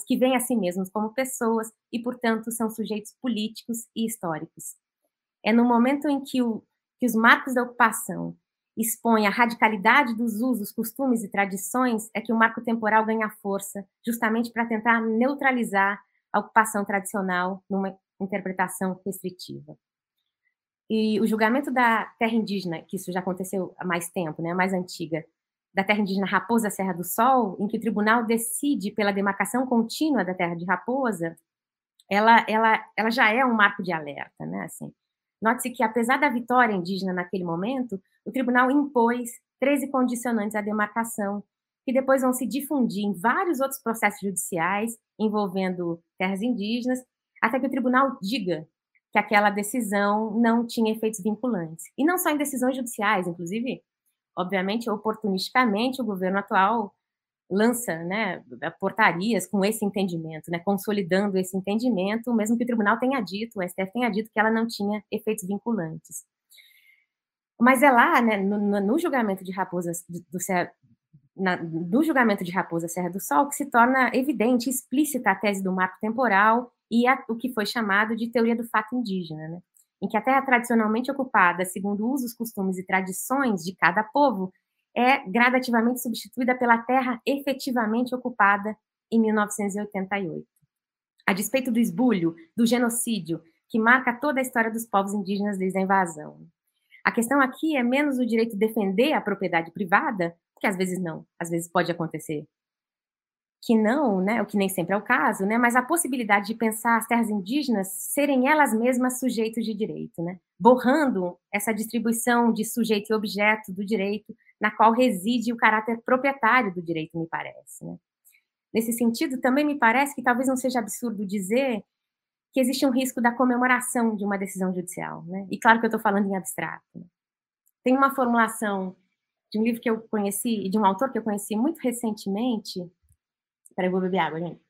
e, portanto, são sujeitos políticos e históricos. É no momento em que os marcos da ocupação expõem a radicalidade dos usos, costumes e tradições, é que o marco temporal ganha força, justamente para tentar neutralizar a ocupação tradicional numa interpretação restritiva. E o julgamento da terra indígena, que isso já aconteceu há mais tempo, né, a mais antiga, da terra indígena Raposa Serra do Sol, em que o tribunal decide pela demarcação contínua da terra de Raposa, ela já é um marco de alerta, né, assim. Note-se que, apesar da vitória indígena naquele momento, o tribunal impôs 13 condicionantes à demarcação, que depois vão se difundir em vários outros processos judiciais envolvendo terras indígenas, até que o tribunal diga que aquela decisão não tinha efeitos vinculantes. E não só em decisões judiciais, inclusive, obviamente, oportunisticamente, o governo atual lança, né, portarias com esse entendimento, né, consolidando esse entendimento, mesmo que o tribunal tenha dito, o STF tenha dito que ela não tinha efeitos vinculantes. Mas é lá, né, no julgamento de Raposa do julgamento de Raposa Serra do Sol, que se torna evidente, explícita a tese do marco temporal e o que foi chamado de teoria do fato indígena, né? Em que a terra tradicionalmente ocupada, segundo usos, costumes e tradições de cada povo, é gradativamente substituída pela terra efetivamente ocupada em 1988. A despeito do esbulho, do genocídio, que marca toda a história dos povos indígenas desde a invasão. A questão aqui é menos o direito de defender a propriedade privada, porque às vezes não, às vezes pode acontecer que não, né, o que nem sempre é o caso, né, mas a possibilidade de pensar as terras indígenas serem elas mesmas sujeitos de direito, né, borrando essa distribuição de sujeito e objeto do direito na qual reside o caráter proprietário do direito, me parece, né. Nesse sentido, também me parece que talvez não seja absurdo dizer que existe um risco da comemoração de uma decisão judicial, né, e claro que eu estou falando em abstrato. Né. Tem uma formulação de um livro que eu conheci, de um autor que eu conheci muito recentemente. Espera, eu vou beber água, gente.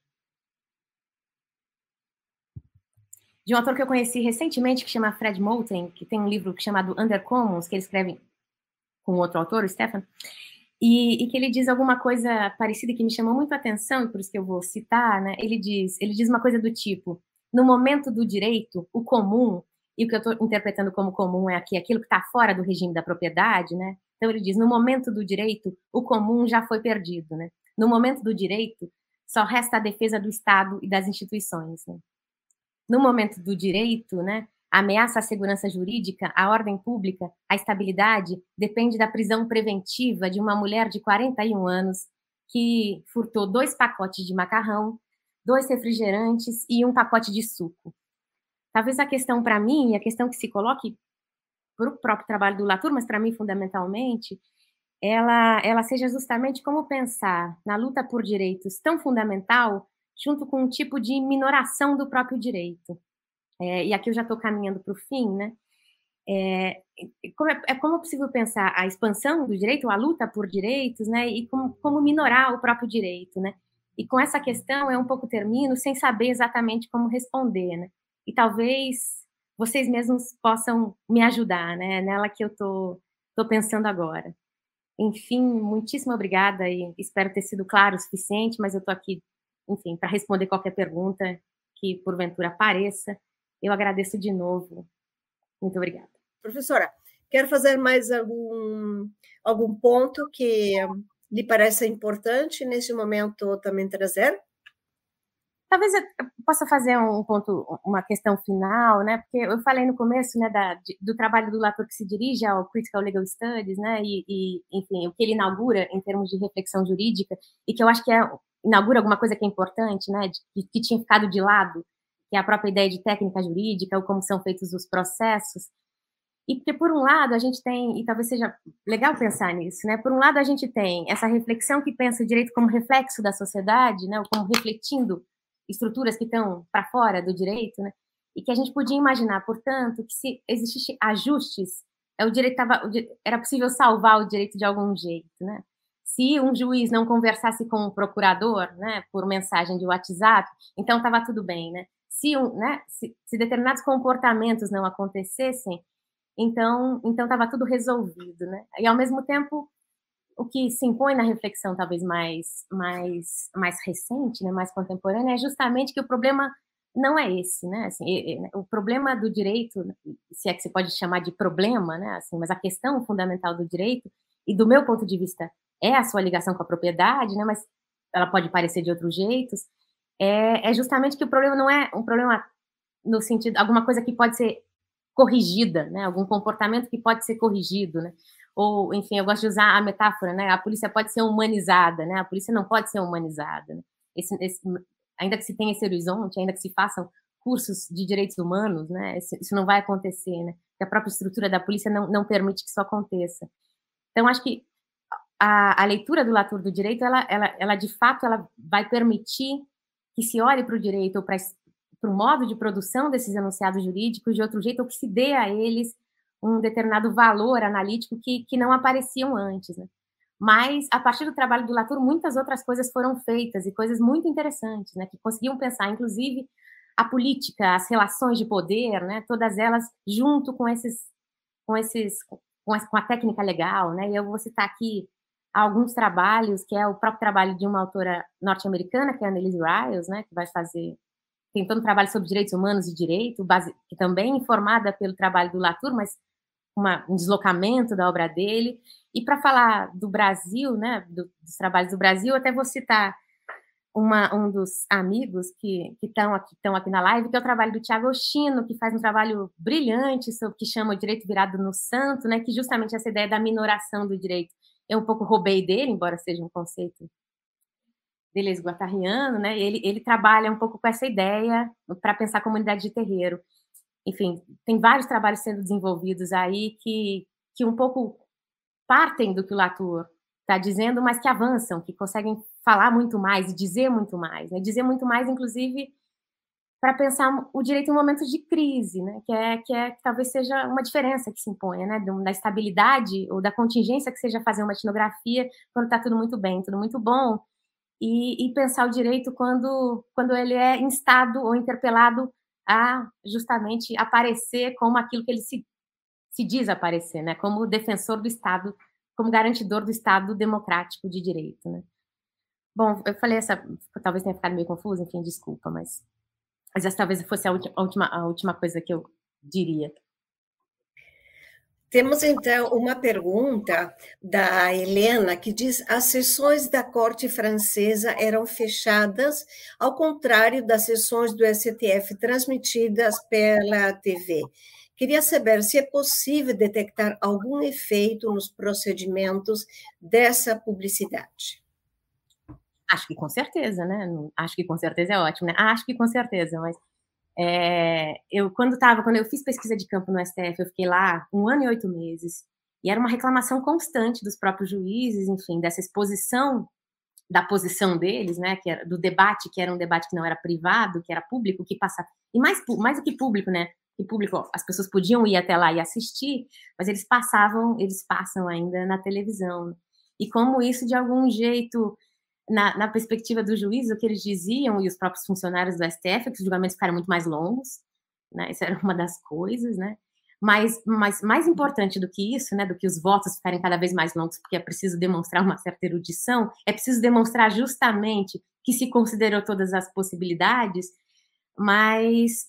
De um autor que eu conheci recentemente, que chama Fred Moten, que tem um livro chamado Under Commons, que ele escreve com outro autor, o Stefan, e que ele diz alguma coisa parecida que me chamou muito a atenção, e por isso que eu vou citar, né? Ele diz uma coisa do tipo: no momento do direito, o comum, e o que eu estou interpretando como comum é aqui aquilo que está fora do regime da propriedade, né? Então ele diz: no momento do direito, o comum já foi perdido, né? No momento do direito, só resta a defesa do Estado e das instituições, né? No momento do direito, né, a ameaça à segurança jurídica, à ordem pública, à estabilidade, depende da prisão preventiva de uma mulher de 41 anos que furtou 2 pacotes de macarrão, 2 refrigerantes e um pacote de suco. Talvez a questão para mim, a questão que se coloque para o próprio trabalho do Latour, mas para mim fundamentalmente, ela seja justamente como pensar na luta por direitos tão fundamental junto com um tipo de minoração do próprio direito. E aqui eu já estou caminhando para o fim, né? Como é possível pensar a expansão do direito, a luta por direitos, né? E como minorar o próprio direito, né? E com essa questão eu um pouco termino sem saber exatamente como responder, né? E talvez vocês mesmos possam me ajudar, né? Nela que eu estou pensando agora. Enfim, muitíssimo obrigada e espero ter sido claro o suficiente, mas eu estou aqui, enfim, para responder qualquer pergunta que porventura apareça. Eu agradeço de novo. Muito obrigada. Professora, quer fazer mais algum ponto que lhe pareça importante neste momento também trazer? Talvez eu possa fazer um ponto, uma questão final, né? Porque eu falei no começo, né, do trabalho do Latour que se dirige ao Critical Legal Studies, né? E enfim, o que ele inaugura em termos de reflexão jurídica e que eu acho que inaugura alguma coisa que é importante, né? Que tinha ficado de lado, que é a própria ideia de técnica jurídica ou como são feitos os processos. E porque, por um lado, a gente tem, e talvez seja legal pensar nisso, né? Por um lado, a gente tem essa reflexão que pensa o direito como reflexo da sociedade, né? Ou como refletindo estruturas que estão para fora do direito, né? E que a gente podia imaginar, portanto, que se existisse ajustes, o direito era possível salvar o direito de algum jeito, né? Se um juiz não conversasse com um procurador, né, por mensagem de WhatsApp, então estava tudo bem, né? Se determinados comportamentos não acontecessem, então estava tudo resolvido, né? E ao mesmo tempo o que se impõe na reflexão talvez mais recente, né, mais contemporânea, é justamente que o problema não é esse, né? Assim, o problema do direito, se é que se pode chamar de problema, né? Assim, mas a questão fundamental do direito, e do meu ponto de vista, é a sua ligação com a propriedade, né? Mas ela pode parecer de outros jeitos, é justamente que o problema não é um problema no sentido, alguma coisa que pode ser corrigida, né? Algum comportamento que pode ser corrigido, né? Ou, enfim, eu gosto de usar a metáfora, né? A polícia pode ser humanizada, né? A polícia não pode ser humanizada, né? Ainda que se tenha esse horizonte, ainda que se façam cursos de direitos humanos, né? Isso não vai acontecer, né? Porque a própria estrutura da polícia não permite que isso aconteça. Então, acho que a leitura do Latour do direito, ela de fato, ela vai permitir que se olhe para o direito ou para o modo de produção desses enunciados jurídicos de outro jeito, ou que se dê a eles um determinado valor analítico que não apareciam antes, né? Mas, a partir do trabalho do Latour, muitas outras coisas foram feitas, e coisas muito interessantes, né, que conseguiam pensar, inclusive, a política, as relações de poder, né, todas elas junto com a técnica legal, né, e eu vou citar aqui alguns trabalhos, que é o próprio trabalho de uma autora norte-americana, que é a Annelise Riles, né, que tem todo um trabalho sobre direitos humanos e direito, que também é informada pelo trabalho do Latour, mas um deslocamento da obra dele. E para falar do Brasil, né, dos trabalhos do Brasil, até vou citar um dos amigos que estão aqui na live, que é o trabalho do Tiago Oshino, que faz um trabalho brilhante sobre o que chama o direito virado no santo, né, que justamente essa ideia da minoração do direito eu um pouco roubei dele, embora seja um conceito Deleuze guattariano, né? Ele trabalha um pouco com essa ideia para pensar a comunidade de terreiro. Enfim, tem vários trabalhos sendo desenvolvidos aí que um pouco partem do que o Latour está dizendo, mas que avançam, que conseguem falar muito mais e dizer muito mais, né? Dizer muito mais, inclusive, para pensar o direito em momentos de crise, né? Que talvez seja uma diferença que se imponha, né? Da estabilidade ou da contingência que seja fazer uma etnografia quando está tudo muito bem, tudo muito bom, e pensar o direito quando ele é instado ou interpelado a justamente aparecer como aquilo que ele se diz aparecer, né? Como defensor do Estado, como garantidor do Estado democrático de direito, né? Bom, eu falei talvez tenha ficado meio confuso, enfim, desculpa, mas essa talvez fosse a última coisa que eu diria. Temos, então, uma pergunta da Helena, que diz: as sessões da Corte Francesa eram fechadas, ao contrário das sessões do STF transmitidas pela TV. Queria saber se é possível detectar algum efeito nos procedimentos dessa publicidade. Acho que com certeza, né? Acho que com certeza é ótimo, né? Acho que com certeza, mas quando eu fiz pesquisa de campo no STF, eu fiquei lá 1 ano e 8 meses, e era uma reclamação constante dos próprios juízes, enfim, dessa exposição da posição deles, né, que era do debate, que era um debate que não era privado, que era público, que passava, e mais do que público, né, que público, as pessoas podiam ir até lá e assistir, mas eles passam ainda na televisão, e como isso, de algum jeito, na perspectiva do juiz, o que eles diziam, e os próprios funcionários do STF, é que os julgamentos ficaram muito mais longos, né? Isso era uma das coisas, né? Mas mais importante do que isso, né, do que os votos ficarem cada vez mais longos, porque é preciso demonstrar uma certa erudição, é preciso demonstrar justamente que se considerou todas as possibilidades, mas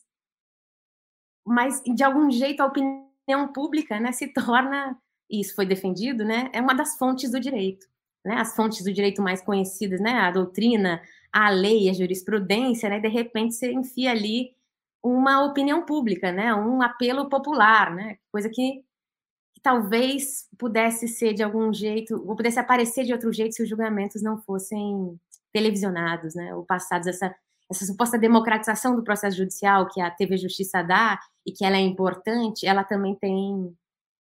de algum jeito a opinião pública, né, se torna, e isso foi defendido, né, é uma das fontes do direito. Né, as fontes do direito mais conhecidas, né, a doutrina, a lei, a jurisprudência, né, de repente você enfia ali uma opinião pública, né, um apelo popular, né, coisa que talvez pudesse ser de algum jeito, ou pudesse aparecer de outro jeito se os julgamentos não fossem televisionados, né, ou passados essa suposta democratização do processo judicial que a TV Justiça dá, e que ela é importante, ela também tem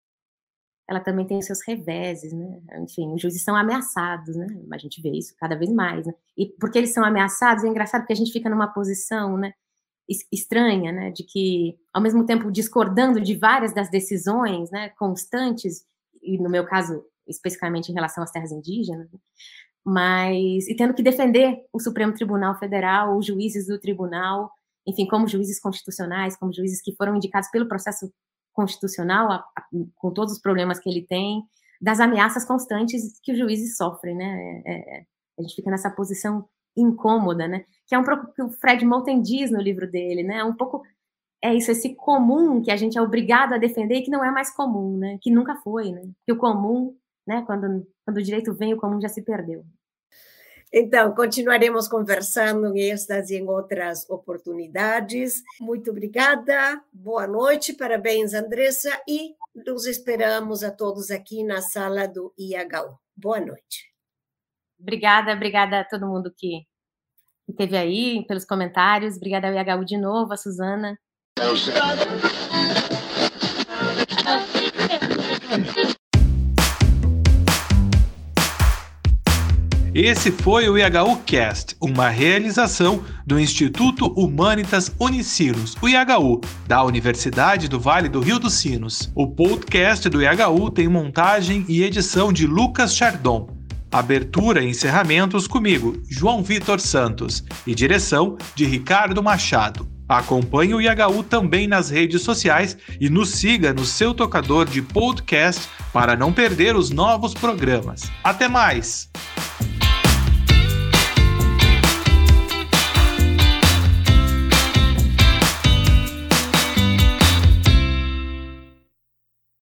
seus reveses, né? Enfim, os juízes são ameaçados, né? A gente vê isso cada vez mais, né? E porque eles são ameaçados, é engraçado porque a gente fica numa posição, né, estranha, né, de que, ao mesmo tempo, discordando de várias das decisões, né, constantes, e no meu caso, especificamente em relação às terras indígenas, e tendo que defender o Supremo Tribunal Federal, os juízes do tribunal, enfim, como juízes constitucionais, como juízes que foram indicados pelo processo constitucional, com todos os problemas que ele tem, das ameaças constantes que os juízes sofrem, né? A gente fica nessa posição incômoda, né? Que é um pouco que o Fred Moten diz no livro dele, né? Um pouco esse comum que a gente é obrigado a defender e que não é mais comum, né? Que nunca foi, né? Que o comum, né? Quando o direito vem, o comum já se perdeu. Então, continuaremos conversando em estas e em outras oportunidades. Muito obrigada, boa noite, parabéns, Andressa, e nos esperamos a todos aqui na sala do IHU. Boa noite. Obrigada a todo mundo que esteve aí, pelos comentários. Obrigada ao IHU de novo, a Suzana. Esse foi o IHU Cast, uma realização do Instituto Humanitas Unicinos, o IHU, da Universidade do Vale do Rio dos Sinos. O podcast do IHU tem montagem e edição de Lucas Chardon. Abertura e encerramentos comigo, João Vitor Santos, e direção de Ricardo Machado. Acompanhe o IHU também nas redes sociais e nos siga no seu tocador de podcast para não perder os novos programas. Até mais!